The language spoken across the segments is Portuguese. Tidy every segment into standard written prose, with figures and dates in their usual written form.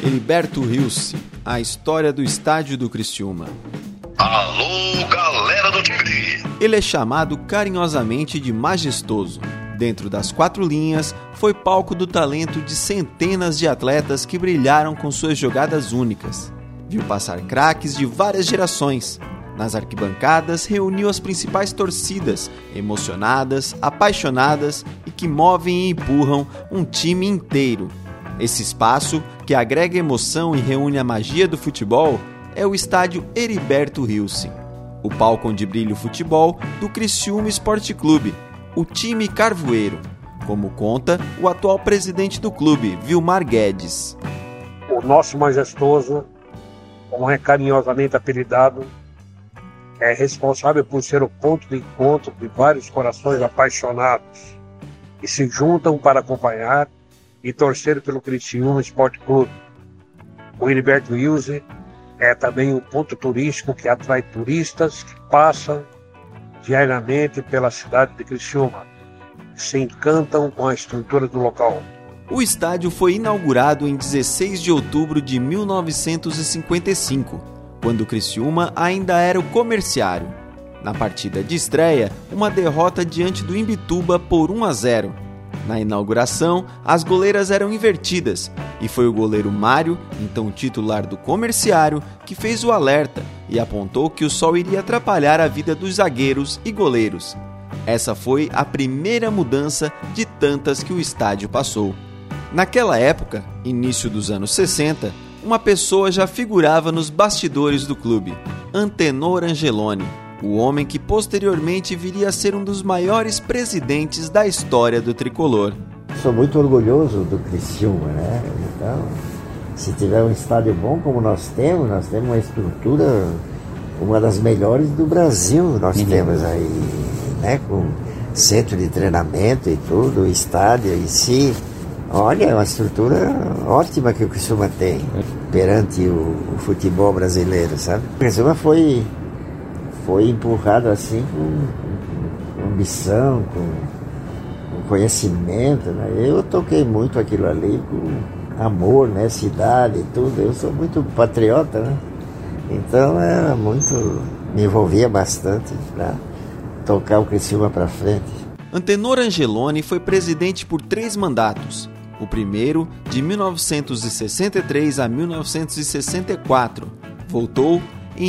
Heriberto Rilse, a história do estádio do Criciúma. Alô, galera do Tigre! Ele é chamado carinhosamente de majestoso. Dentro das quatro linhas, foi palco do talento de centenas de atletas que brilharam com suas jogadas únicas. Viu passar craques de várias gerações. Nas arquibancadas, reuniu as principais torcidas, emocionadas, apaixonadas e que movem e empurram um time inteiro. Esse espaço, que agrega emoção e reúne a magia do futebol, é o estádio Heriberto Rilse, o palco onde brilha o futebol do Criciúma Esporte Clube, o time carvoeiro, como conta o atual presidente do clube, Vilmar Guedes. O nosso majestoso, como é carinhosamente apelidado, é responsável por ser o ponto de encontro de vários corações apaixonados que se juntam para acompanhar e torcer pelo Criciúma Esporte Clube. O Heriberto Rilse é também um ponto turístico que atrai turistas que passam diariamente pela cidade de Criciúma, que se encantam com a estrutura do local. O estádio foi inaugurado em 16 de outubro de 1955, quando o Criciúma ainda era o Comerciário. Na partida de estreia, uma derrota diante do Imbituba por 1-0. Na inauguração, as goleiras eram invertidas e foi o goleiro Mário, então titular do Comerciário, que fez o alerta e apontou que o sol iria atrapalhar a vida dos zagueiros e goleiros. Essa foi a primeira mudança de tantas que o estádio passou. Naquela época, início dos anos 60, uma pessoa já figurava nos bastidores do clube, Antenor Angeloni, o homem que posteriormente viria a ser um dos maiores presidentes da história do tricolor. Sou muito orgulhoso do Criciúma, né? Então, se tiver um estádio bom como nós temos uma estrutura, uma das melhores do Brasil, nós temos aí, né? Com centro de treinamento e tudo, o estádio em si. Olha, é uma estrutura ótima que o Criciúma tem perante o futebol brasileiro, sabe? O Criciúma foi empurrado assim com ambição, com conhecimento, né? Eu toquei muito aquilo ali com amor, né? Cidade e tudo. Eu sou muito patriota, né? Então me envolvia bastante para tocar o Criciúma para frente. Antenor Angeloni foi presidente por 3 mandatos. O primeiro, de 1963 a 1964. Voltou em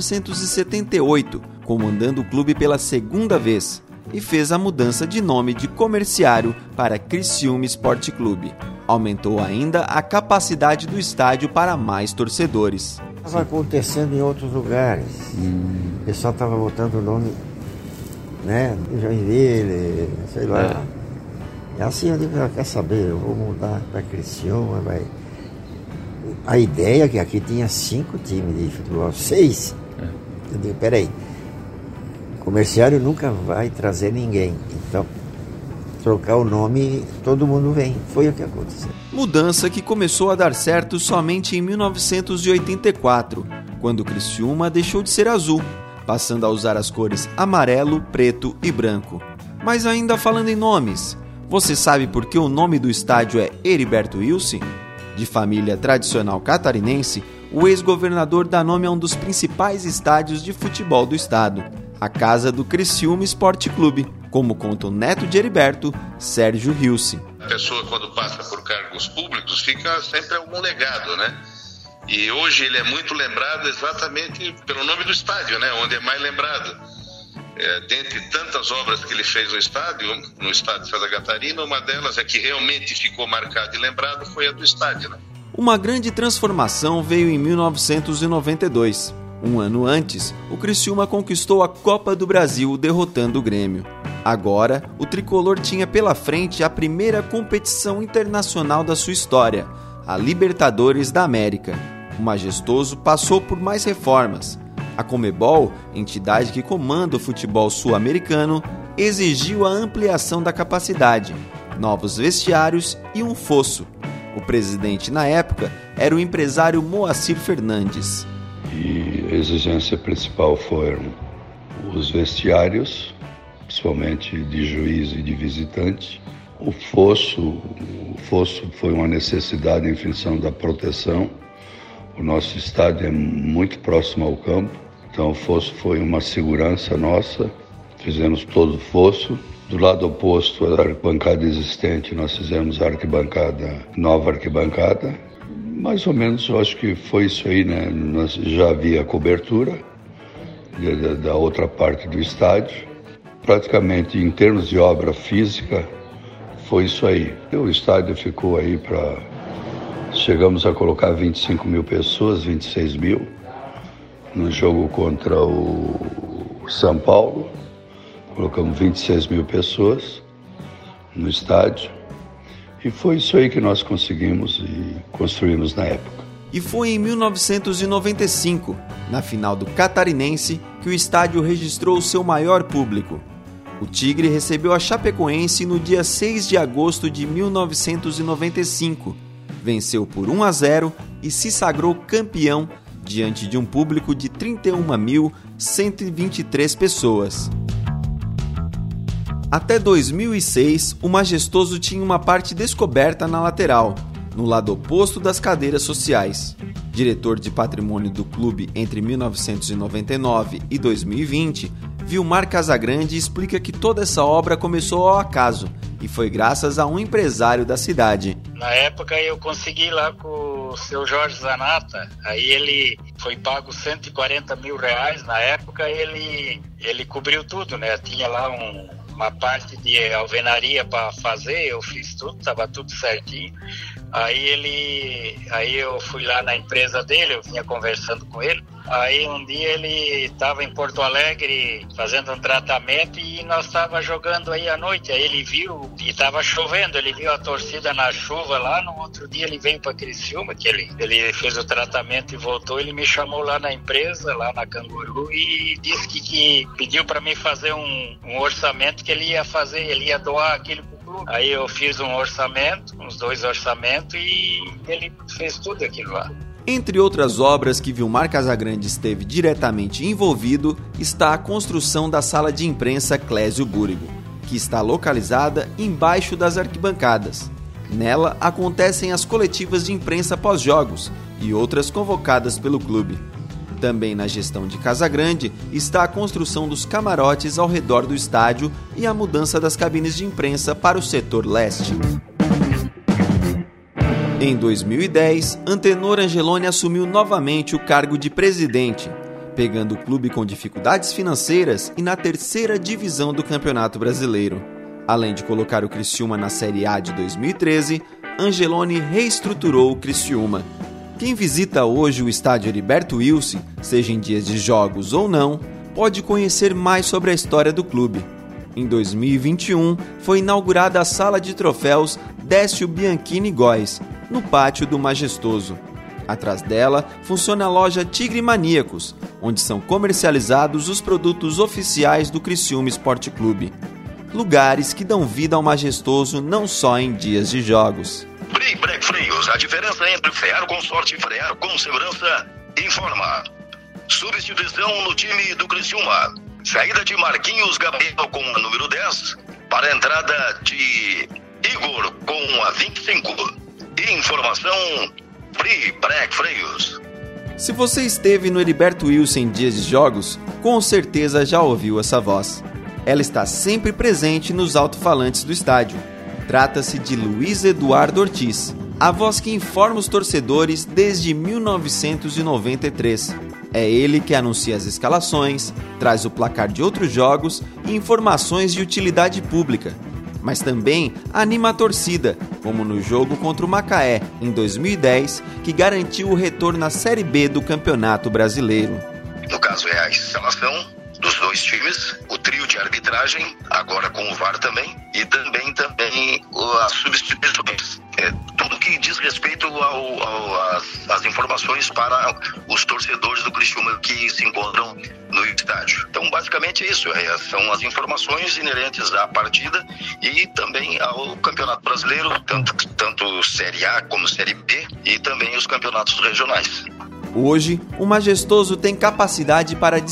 1978, comandando o clube pela segunda vez, e fez a mudança de nome de Comerciário para Criciúma Esporte Clube. Aumentou ainda a capacidade do estádio para mais torcedores. Estava acontecendo em outros lugares. O pessoal estava botando o nome, né? Joinville, sei lá. E assim eu digo, quer saber, eu vou mudar para Criciúma, vai. A ideia é que aqui tinha 5 times de futebol, 6. Eu digo, peraí, o Comerciário nunca vai trazer ninguém, então trocar o nome, todo mundo vem. Foi o que aconteceu. Mudança que começou a dar certo somente em 1984, quando o Criciúma deixou de ser azul, passando a usar as cores amarelo, preto e branco. Mas ainda falando em nomes, você sabe por que o nome do estádio é Heriberto Rilse? De família tradicional catarinense, o ex-governador dá nome a um dos principais estádios de futebol do estado, a casa do Criciúma Esporte Clube, como conta o neto de Heriberto, Sérgio Rilse. A pessoa, quando passa por cargos públicos, fica sempre algum legado, né? E hoje ele é muito lembrado exatamente pelo nome do estádio, né? Onde é mais lembrado. Dentre tantas obras que ele fez no estádio de Santa Catarina, uma delas é que realmente ficou marcado e lembrado foi a do estádio, né? Uma grande transformação veio em 1992. Um ano antes, o Criciúma conquistou a Copa do Brasil derrotando o Grêmio. Agora, o tricolor tinha pela frente a primeira competição internacional da sua história, a Libertadores da América. O majestoso passou por mais reformas. A Conmebol, entidade que comanda o futebol sul-americano, exigiu a ampliação da capacidade, novos vestiários e um fosso. O presidente na época era o empresário Moacir Fernandes. E a exigência principal foram os vestiários, principalmente de juiz e de visitante, O fosso foi uma necessidade em função da proteção. O nosso estádio é muito próximo ao campo, então o fosso foi uma segurança nossa. Fizemos todo o fosso. Do lado oposto à arquibancada existente, nós fizemos a nova arquibancada. Mais ou menos, eu acho que foi isso aí, né? Nós já havia cobertura da outra parte do estádio. Praticamente, em termos de obra física, foi isso aí. O estádio ficou aí para... Chegamos a colocar 25 mil pessoas, 26 mil, no jogo contra o São Paulo. Colocamos 26 mil pessoas no estádio. E foi isso aí que nós conseguimos e construímos na época. E foi em 1995, na final do Catarinense, que o estádio registrou o seu maior público. O Tigre recebeu a Chapecoense no dia 6 de agosto de 1995, venceu por 1-0 e se sagrou campeão diante de um público de 31.123 pessoas. Até 2006, o Majestoso tinha uma parte descoberta na lateral, no lado oposto das cadeiras sociais. Diretor de patrimônio do clube entre 1999 e 2020, Vilmar Casagrande explica que toda essa obra começou ao acaso e foi graças a um empresário da cidade. Na época eu consegui lá com o seu Jorge Zanata, aí ele foi pago R$140 mil, na época ele cobriu tudo, né? Tinha lá uma parte de alvenaria para fazer, eu fiz tudo, estava tudo certinho. Aí eu fui lá na empresa dele, eu vinha conversando com ele. Aí um dia ele estava em Porto Alegre fazendo um tratamento e nós estávamos jogando aí à noite. Aí ele viu e estava chovendo, ele viu a torcida na chuva lá. No outro dia ele veio para Criciúma, que ele fez o tratamento e voltou. Ele me chamou lá na empresa, lá na Canguru, e disse que pediu para mim fazer um orçamento que ele ia doar aquilo pro clube. Aí eu fiz um orçamento, uns 2 orçamentos, e ele fez tudo aquilo lá. Entre outras obras que Vilmar Casagrande esteve diretamente envolvido, está a construção da sala de imprensa Clésio Búrigo, que está localizada embaixo das arquibancadas. Nela acontecem as coletivas de imprensa pós-jogos e outras convocadas pelo clube. Também na gestão de Casagrande está a construção dos camarotes ao redor do estádio e a mudança das cabines de imprensa para o setor leste. Em 2010, Antenor Angeloni assumiu novamente o cargo de presidente, pegando o clube com dificuldades financeiras e na 3ª divisão do Campeonato Brasileiro. Além de colocar o Criciúma na Série A de 2013, Angeloni reestruturou o Criciúma. Quem visita hoje o estádio Heriberto Wilson, seja em dias de jogos ou não, pode conhecer mais sobre a história do clube. Em 2021, foi inaugurada a Sala de Troféus Décio Bianchini Góes, no pátio do Majestoso. Atrás dela funciona a loja Tigre Maníacos, onde são comercializados os produtos oficiais do Criciúma Esporte Clube. Lugares que dão vida ao Majestoso não só em dias de jogos. Break Freios, a diferença entre frear com sorte e frear com segurança, informa. Substituição no time do Criciúma. Saída de Marquinhos Gabriel com a número 10 para a entrada de Igor com a 25. Informação Free Break Freios. Se você esteve no Heriberto Wilson em dias de jogos, com certeza já ouviu essa voz. Ela está sempre presente nos alto-falantes do estádio. Trata-se de Luiz Eduardo Ortiz, a voz que informa os torcedores desde 1993. É ele que anuncia as escalações, traz o placar de outros jogos e informações de utilidade pública. Mas também anima a torcida, como no jogo contra o Macaé, em 2010, que garantiu o retorno à Série B do Campeonato Brasileiro. No caso é a escalação dos 2 times, o trio de arbitragem, agora com o VAR também, e também as substituições. Tudo que diz respeito às informações para os torcedores do Criciúma que se encontram no estádio. Então, basicamente é isso, são as informações inerentes à partida e também ao Campeonato Brasileiro, tanto Série A como Série B, e também os campeonatos regionais. Hoje, o Majestoso tem capacidade para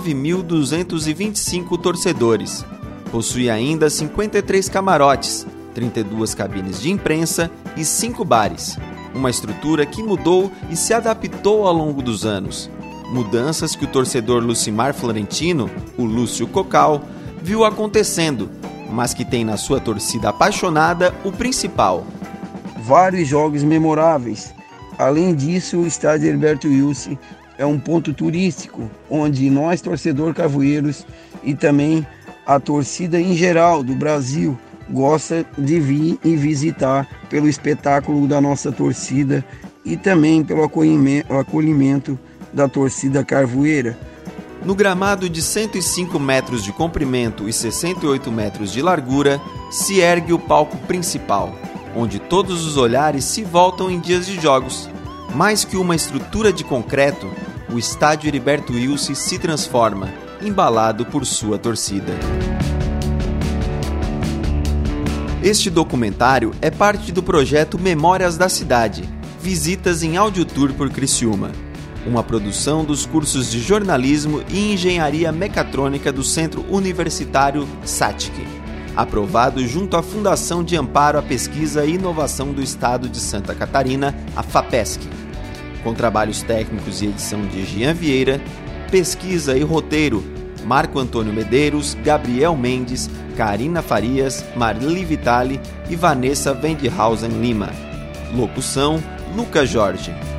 19.225 torcedores. Possui ainda 53 camarotes, 32 cabines de imprensa e 5 bares. Uma estrutura que mudou e se adaptou ao longo dos anos. Mudanças que o torcedor Lucimar Florentino, o Lúcio Cocal, viu acontecendo, mas que tem na sua torcida apaixonada o principal. Vários jogos memoráveis. Além disso, o estádio Heriberto Wilson é um ponto turístico, onde nós, torcedor carvoeiros, e também a torcida em geral do Brasil, gosta de vir e visitar pelo espetáculo da nossa torcida e também pelo acolhimento da torcida carvoeira. No gramado de 105 metros de comprimento e 68 metros de largura, se ergue o palco principal, onde todos os olhares se voltam em dias de jogos. Mais que uma estrutura de concreto, o estádio Heriberto Wilson se transforma, embalado por sua torcida. Este documentário é parte do projeto Memórias da Cidade, visitas em audiotour por Criciúma, uma produção dos cursos de jornalismo e engenharia mecatrônica do Centro Universitário SATIC, aprovado junto à Fundação de Amparo à Pesquisa e Inovação do Estado de Santa Catarina, a FAPESC, com trabalhos técnicos e edição de Jean Vieira, pesquisa e roteiro Marco Antônio Medeiros, Gabriel Mendes, Karina Farias, Marli Vitali e Vanessa Wendhausen Lima. Locução, Lucas Jorge.